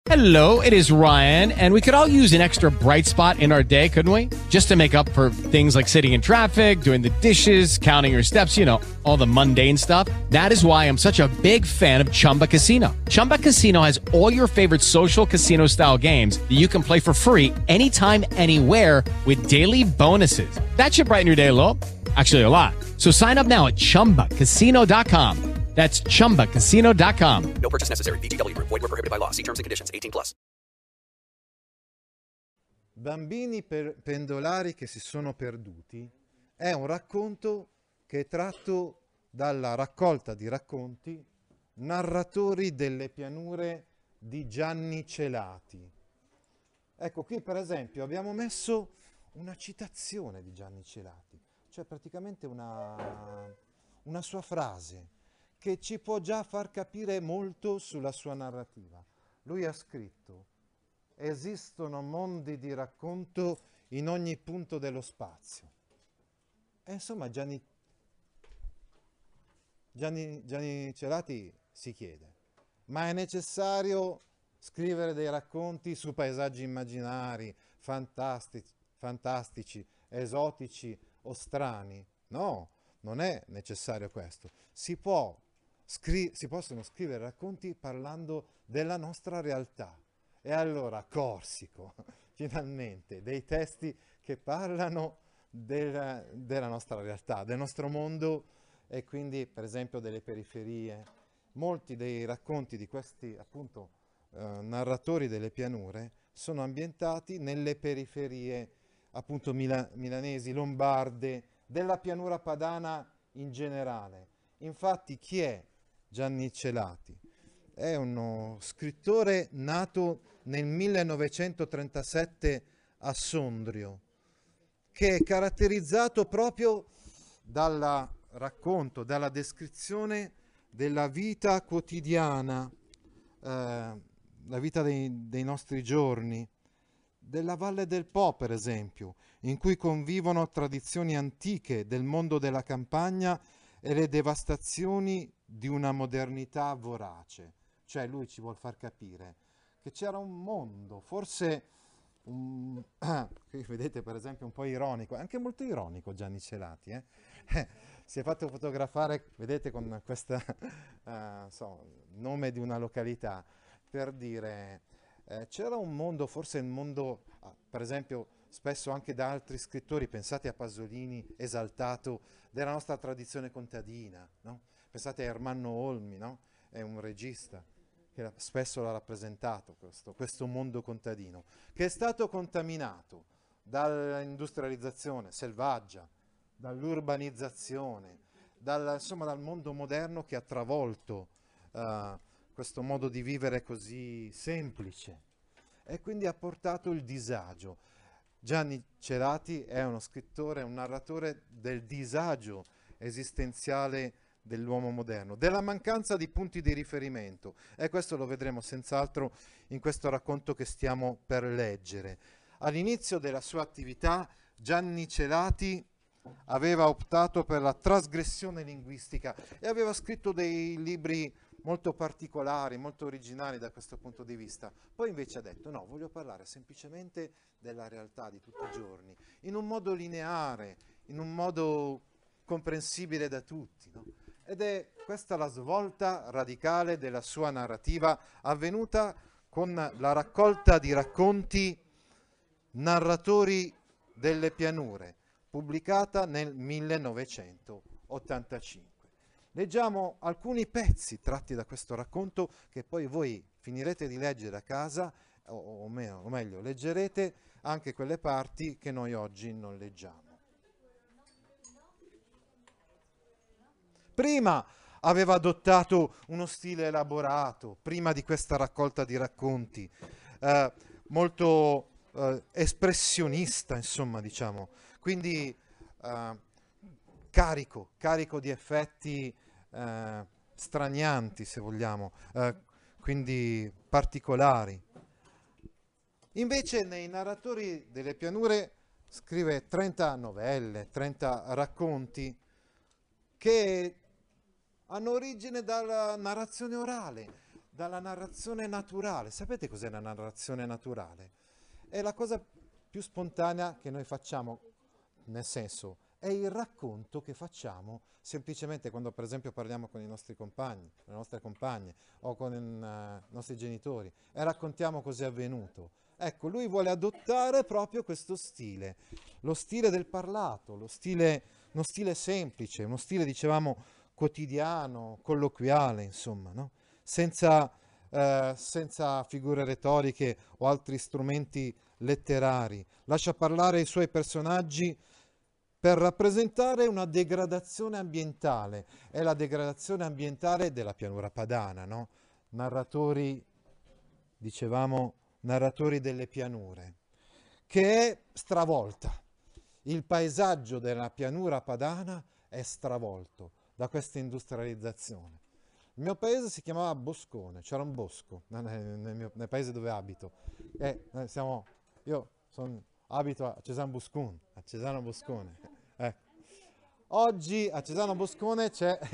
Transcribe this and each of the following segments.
Hello, it is Ryan, and we could all use an extra bright spot in our day, couldn't we? Just to make up for things like sitting in traffic, doing the dishes, counting your steps, you know, all the mundane stuff. That is why I'm such a big fan of Chumba Casino. Chumba Casino has all your favorite social casino-style games that you can play for free anytime, anywhere with daily bonuses. That should brighten your day a little. Actually, a lot. So sign up now at ChumbaCasino.com. That's ChumbaCasino.com. No purchase necessary. VGW Group. Void where prohibited by law. See terms and conditions. 18+. Bambini pendolari che si sono perduti è un racconto che è tratto dalla raccolta di racconti Narratori delle pianure di Gianni Celati. Ecco, qui per esempio abbiamo messo una citazione di Gianni Celati, cioè praticamente una sua frase che ci può già far capire molto sulla sua narrativa. Lui ha scritto: esistono mondi di racconto in ogni punto dello spazio. E insomma Gianni Celati si chiede: ma è necessario scrivere dei racconti su paesaggi immaginari, fantastici, esotici o strani? No, non è necessario questo. Si possono scrivere racconti parlando della nostra realtà. E allora Corsico, finalmente, dei testi che parlano della nostra realtà, del nostro mondo e quindi per esempio delle periferie. Molti dei racconti di questi appunto narratori delle pianure sono ambientati nelle periferie appunto milanesi, lombarde, della pianura padana in generale. Infatti chi è Gianni Celati? È uno scrittore nato nel 1937 a Sondrio, che è caratterizzato proprio dal racconto, dalla descrizione della vita quotidiana, la vita dei nostri giorni, della Valle del Po, per esempio, in cui convivono tradizioni antiche del mondo della campagna e le devastazioni di una modernità vorace. Cioè lui ci vuol far capire che c'era un mondo, forse, qui vedete per esempio un po' ironico, anche molto ironico Gianni Celati, si è fatto fotografare, vedete, con questo nome di una località, per dire c'era un mondo, forse il mondo, per esempio, spesso anche da altri scrittori, pensate a Pasolini, esaltato, della nostra tradizione contadina, no? Pensate a Ermanno Olmi, no? È un regista che spesso l'ha rappresentato, questo mondo contadino, che è stato contaminato dall'industrializzazione selvaggia, dall'urbanizzazione, dal mondo moderno che ha travolto questo modo di vivere così semplice e quindi ha portato il disagio. Gianni Celati è uno scrittore, un narratore del disagio esistenziale dell'uomo moderno, della mancanza di punti di riferimento, e questo lo vedremo senz'altro in questo racconto che stiamo per leggere. All'inizio della sua attività Gianni Celati aveva optato per la trasgressione linguistica e aveva scritto dei libri molto particolari, molto originali da questo punto di vista. Poi invece ha detto: no, voglio parlare semplicemente della realtà di tutti i giorni, in un modo lineare, in un modo comprensibile da tutti, no? Ed è questa la svolta radicale della sua narrativa, avvenuta con la raccolta di racconti Narratori delle pianure, pubblicata nel 1985. Leggiamo alcuni pezzi tratti da questo racconto che poi voi finirete di leggere a casa, o meglio, leggerete anche quelle parti che noi oggi non leggiamo. Prima aveva adottato uno stile elaborato, prima di questa raccolta di racconti, molto espressionista, insomma, diciamo, quindi carico di effetti stranianti, se vogliamo, quindi particolari. Invece nei Narratori delle pianure scrive 30 novelle, 30 racconti che hanno origine dalla narrazione orale, dalla narrazione naturale. Sapete cos'è la narrazione naturale? È la cosa più spontanea che noi facciamo, nel senso, è il racconto che facciamo semplicemente quando per esempio parliamo con i nostri compagni, le nostre compagne o con i nostri genitori e raccontiamo cos'è avvenuto. Ecco, lui vuole adottare proprio questo stile, lo stile del parlato, uno stile semplice, uno stile, dicevamo, quotidiano, colloquiale, insomma, no? Senza figure retoriche o altri strumenti letterari. Lascia parlare i suoi personaggi per rappresentare una degradazione ambientale. È la degradazione ambientale della pianura padana, no? Narratori, dicevamo, narratori delle pianure, che è stravolta. Il paesaggio della pianura padana è stravolto da questa industrializzazione. Il mio paese si chiamava Boscone, c'era un bosco nel paese dove abito. Abito a Cesano Boscone, a Cesano Boscone. Oggi a Cesano Boscone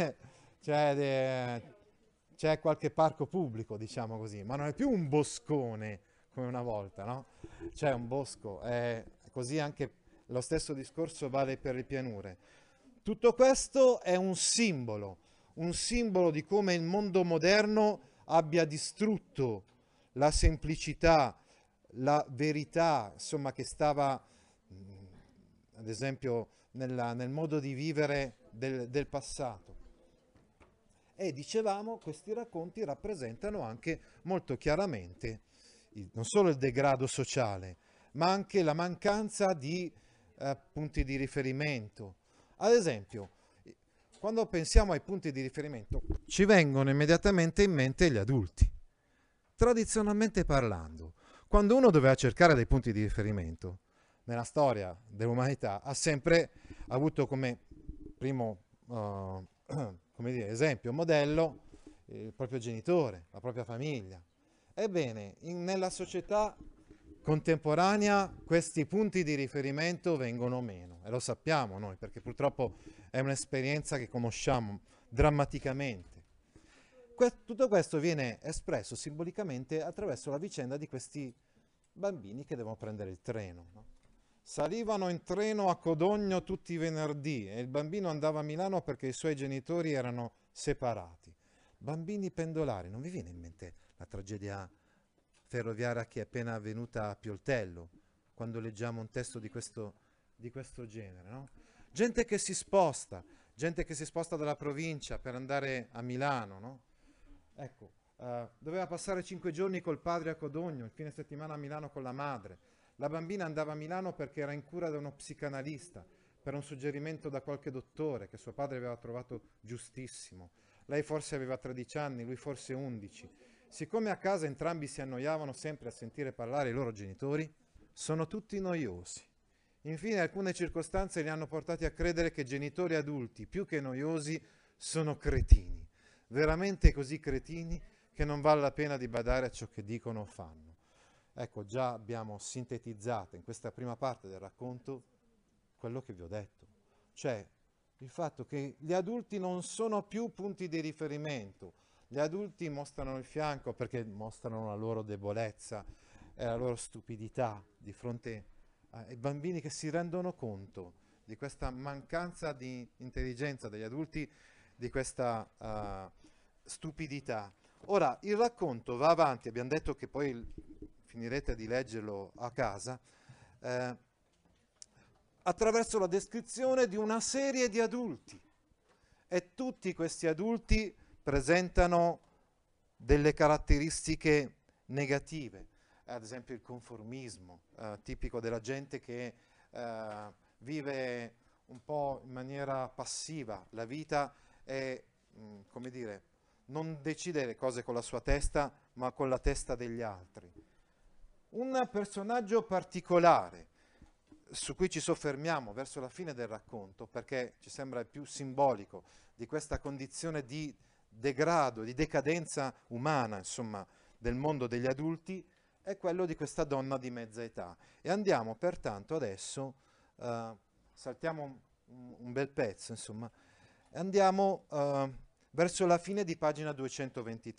c'è qualche parco pubblico, diciamo così, ma non è più un boscone come una volta, no? C'è un bosco, così anche lo stesso discorso vale per le pianure. Tutto questo è un simbolo di come il mondo moderno abbia distrutto la semplicità, la verità, insomma, che stava, ad esempio, nel modo di vivere del passato. E dicevamo, questi racconti rappresentano anche molto chiaramente non solo il degrado sociale, ma anche la mancanza di punti di riferimento. Ad esempio, quando pensiamo ai punti di riferimento, ci vengono immediatamente in mente gli adulti. Tradizionalmente parlando, quando uno doveva cercare dei punti di riferimento, nella storia dell'umanità, ha sempre avuto come primo esempio, modello, il proprio genitore, la propria famiglia. Ebbene, nella società contemporanea questi punti di riferimento vengono meno, e lo sappiamo noi, perché purtroppo è un'esperienza che conosciamo drammaticamente. Tutto questo viene espresso simbolicamente attraverso la vicenda di questi bambini che devono prendere il treno, no? Salivano in treno a Codogno tutti i venerdì e il bambino andava a Milano perché i suoi genitori erano separati. Bambini pendolari, non vi viene in mente la tragedia ferroviaria che è appena avvenuta a Pioltello, quando leggiamo un testo di questo genere, no? Gente che si sposta dalla provincia per andare a Milano, no? Ecco, doveva passare 5 giorni col padre a Codogno, il fine settimana a Milano con la madre. La bambina andava a Milano perché era in cura da uno psicanalista, per un suggerimento da qualche dottore che suo padre aveva trovato giustissimo. Lei forse aveva 13 anni, lui forse 11. Siccome a casa entrambi si annoiavano sempre a sentire parlare i loro genitori, sono tutti noiosi. Infine alcune circostanze li hanno portati a credere che genitori adulti, più che noiosi, sono cretini. Veramente così cretini che non vale la pena di badare a ciò che dicono o fanno. Ecco, già abbiamo sintetizzato in questa prima parte del racconto quello che vi ho detto, cioè il fatto che gli adulti non sono più punti di riferimento, gli adulti mostrano il fianco perché mostrano la loro debolezza e la loro stupidità di fronte ai bambini che si rendono conto di questa mancanza di intelligenza degli adulti, di questa stupidità. Ora, il racconto va avanti, abbiamo detto che poi finirete di leggerlo a casa, attraverso la descrizione di una serie di adulti, e tutti questi adulti presentano delle caratteristiche negative, ad esempio il conformismo, tipico della gente che vive un po' in maniera passiva la vita e, come dire, non decide le cose con la sua testa, ma con la testa degli altri. Un personaggio particolare su cui ci soffermiamo verso la fine del racconto, perché ci sembra il più simbolico di questa condizione di degrado, di decadenza umana, insomma, del mondo degli adulti, è quello di questa donna di mezza età. E andiamo pertanto adesso, saltiamo un bel pezzo, insomma, e andiamo verso la fine di pagina 223.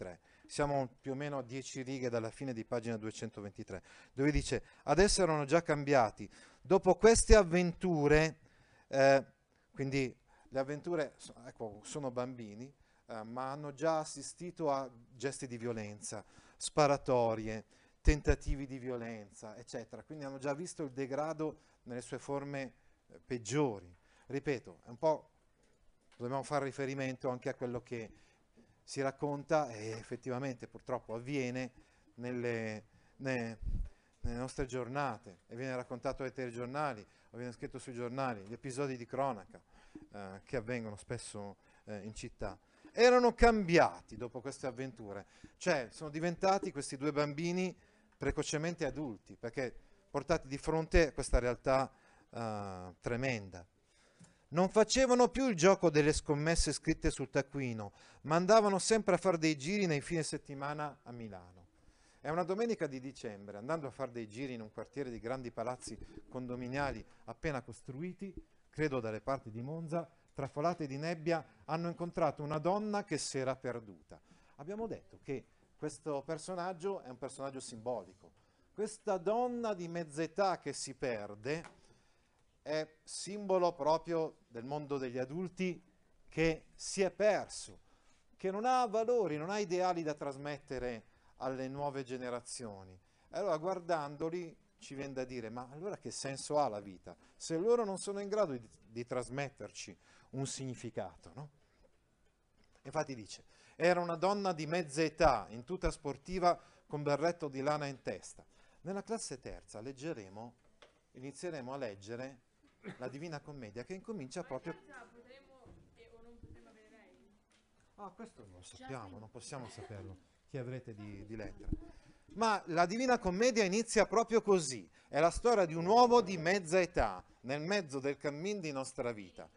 siamo più o meno a 10 righe dalla fine di pagina 223, dove dice: adesso erano già cambiati. Dopo queste avventure, quindi le avventure, ecco, sono bambini, ma hanno già assistito a gesti di violenza, sparatorie, tentativi di violenza, eccetera. Quindi hanno già visto il degrado nelle sue forme peggiori. Ripeto, è un po', dobbiamo fare riferimento anche a quello che si racconta e effettivamente purtroppo avviene nelle nostre giornate, e viene raccontato ai telegiornali o viene scritto sui giornali, gli episodi di cronaca che avvengono spesso in città. Erano cambiati dopo queste avventure, cioè sono diventati questi due bambini precocemente adulti, perché portati di fronte a questa realtà tremenda. Non facevano più il gioco delle scommesse scritte sul taccuino, ma andavano sempre a fare dei giri nei fine settimana a Milano. È una domenica di dicembre, andando a fare dei giri in un quartiere di grandi palazzi condominiali appena costruiti, credo dalle parti di Monza, trafolate di nebbia, hanno incontrato una donna che si era perduta. Abbiamo detto che questo personaggio è un personaggio simbolico. Questa donna di mezza età che si perde è simbolo proprio del mondo degli adulti che si è perso, che non ha valori, non ha ideali da trasmettere alle nuove generazioni. Allora, guardandoli, ci viene da dire: ma allora che senso ha la vita se loro non sono in grado di trasmetterci un significato, no? Infatti dice: era una donna di mezza età, in tuta sportiva, con berretto di lana in testa. Nella classe terza inizieremo a leggere la Divina Commedia, che incomincia proprio... questo non lo sappiamo, non possiamo saperlo. Chi avrete di lettera? Ma la Divina Commedia inizia proprio così. È la storia di un uomo di mezza età, nel mezzo del cammin di nostra vita.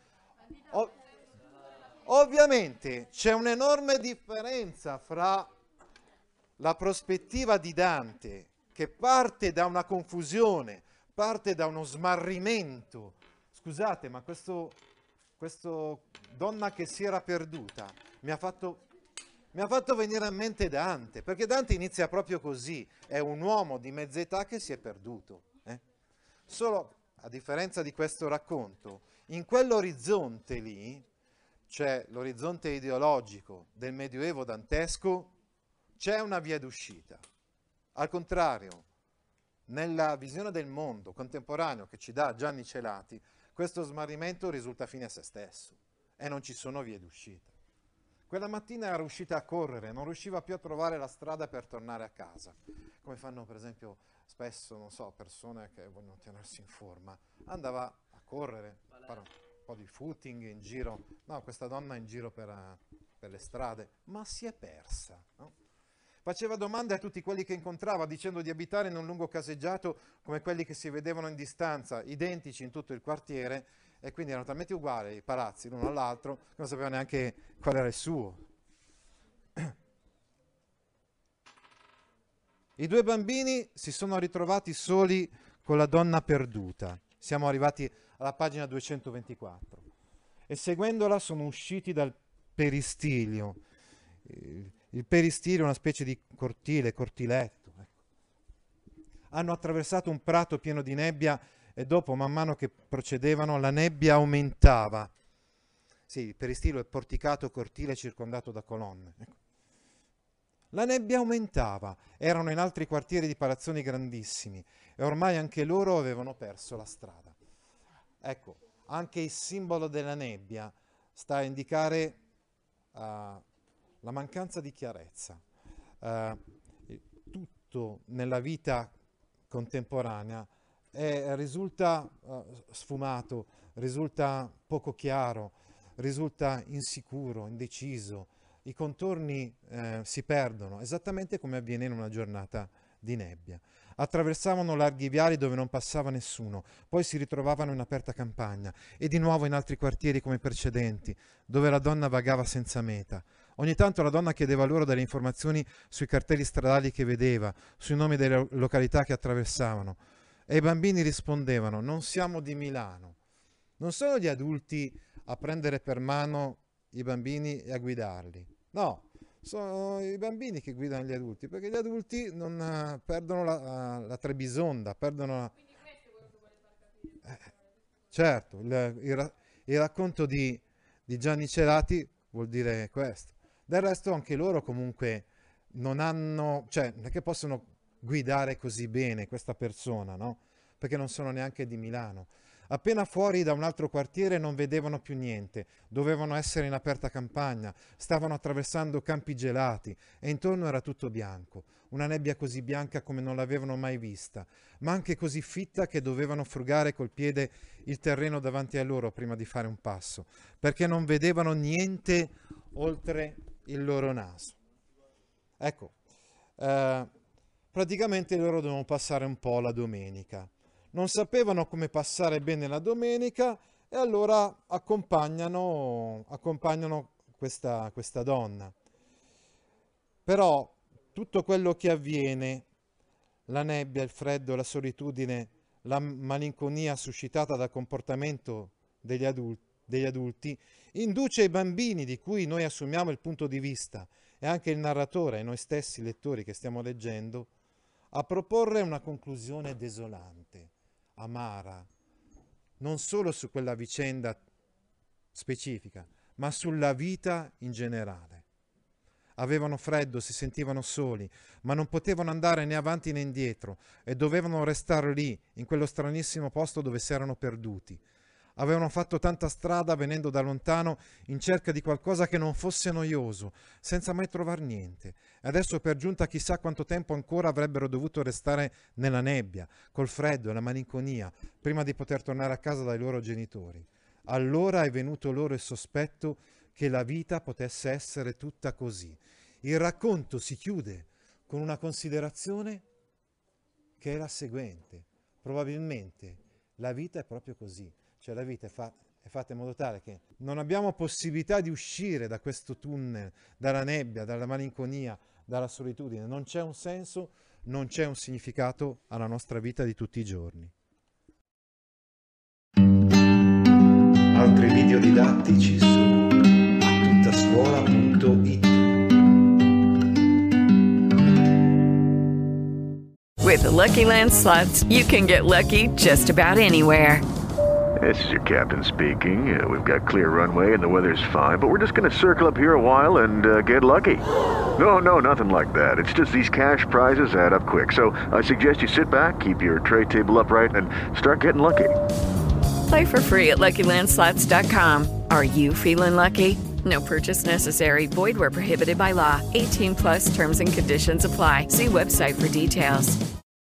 Ovviamente c'è un'enorme differenza fra la prospettiva di Dante, che parte da una confusione, parte da uno smarrimento. Scusate, ma questo donna che si era perduta mi ha fatto venire in mente Dante, perché Dante inizia proprio così: è un uomo di mezza età che si è perduto. Solo, a differenza di questo racconto, in quell'orizzonte lì, cioè l'orizzonte ideologico del Medioevo dantesco, c'è una via d'uscita. Al contrario, nella visione del mondo contemporaneo che ci dà Gianni Celati, questo smarrimento risulta fine a se stesso e non ci sono vie d'uscita. Quella mattina era uscita a correre, non riusciva più a trovare la strada per tornare a casa, come fanno per esempio spesso, non so, persone che vogliono tenersi in forma. Andava a correre, a fare un po' di footing in giro. No, questa donna in giro per le strade, ma si è persa, no? Faceva domande a tutti quelli che incontrava, dicendo di abitare in un lungo caseggiato come quelli che si vedevano in distanza, identici in tutto il quartiere, e quindi erano talmente uguali i palazzi l'uno all'altro che non sapeva neanche qual era il suo. I due bambini si sono ritrovati soli con la donna perduta. Siamo arrivati alla pagina 224 e seguendola sono usciti dal peristilio. Il peristilio è una specie di cortiletto. Ecco. Hanno attraversato un prato pieno di nebbia e dopo, man mano che procedevano, la nebbia aumentava. Sì, il peristilio è porticato cortile circondato da colonne. Ecco. La nebbia aumentava, erano in altri quartieri di palazzoni grandissimi e ormai anche loro avevano perso la strada. Ecco, anche il simbolo della nebbia sta a indicare la mancanza di chiarezza. Tutto nella vita contemporanea risulta sfumato, risulta poco chiaro, risulta insicuro, indeciso. I contorni si perdono, esattamente come avviene in una giornata di nebbia. Attraversavano larghi viali dove non passava nessuno, poi si ritrovavano in aperta campagna e di nuovo in altri quartieri come i precedenti, dove la donna vagava senza meta. Ogni tanto la donna chiedeva loro delle informazioni sui cartelli stradali che vedeva, sui nomi delle località che attraversavano, e i bambini rispondevano: non siamo di Milano. Non sono gli adulti a prendere per mano i bambini e a guidarli. No, sono i bambini che guidano gli adulti, perché gli adulti non perdono la Trebisonda, perdono certo, il racconto di Gianni Cerati vuol dire questo. Del resto anche loro comunque non hanno, cioè non è che possono guidare così bene questa persona, no? Perché non sono neanche di Milano. Appena fuori da un altro quartiere non vedevano più niente, dovevano essere in aperta campagna, stavano attraversando campi gelati e intorno era tutto bianco, una nebbia così bianca come non l'avevano mai vista, ma anche così fitta che dovevano frugare col piede il terreno davanti a loro prima di fare un passo, perché non vedevano niente oltre il loro naso. Ecco, praticamente loro dovevano passare un po' la domenica. Non sapevano come passare bene la domenica e allora accompagnano questa donna. Però tutto quello che avviene, la nebbia, il freddo, la solitudine, la malinconia suscitata dal comportamento degli adulti, induce i bambini di cui noi assumiamo il punto di vista e anche il narratore e noi stessi lettori che stiamo leggendo a proporre una conclusione desolante, amara, non solo su quella vicenda specifica, ma sulla vita in generale. Avevano freddo, si sentivano soli, ma non potevano andare né avanti né indietro e dovevano restare lì, in quello stranissimo posto dove si erano perduti. Avevano fatto tanta strada venendo da lontano in cerca di qualcosa che non fosse noioso, senza mai trovar niente. E adesso per giunta chissà quanto tempo ancora avrebbero dovuto restare nella nebbia, col freddo e la malinconia, prima di poter tornare a casa dai loro genitori. Allora è venuto loro il sospetto che la vita potesse essere tutta così. Il racconto si chiude con una considerazione che è la seguente. Probabilmente la vita è proprio così. Cioè la vita è fatta in modo tale che non abbiamo possibilità di uscire da questo tunnel, dalla nebbia, dalla malinconia, dalla solitudine. Non c'è un senso, non c'è un significato alla nostra vita di tutti i giorni. Altri video didattici su atuttascuola.it. With the Lucky Land Slots, you can get lucky just about anywhere. This is your captain speaking. We've got clear runway and the weather's fine, but we're just going to circle up here a while and get lucky. No, nothing like that. It's just these cash prizes add up quick. So I suggest you sit back, keep your tray table upright, and start getting lucky. Play for free at LuckyLandSlots.com. Are you feeling lucky? No purchase necessary. Void where prohibited by law. 18+ terms and conditions apply. See website for details.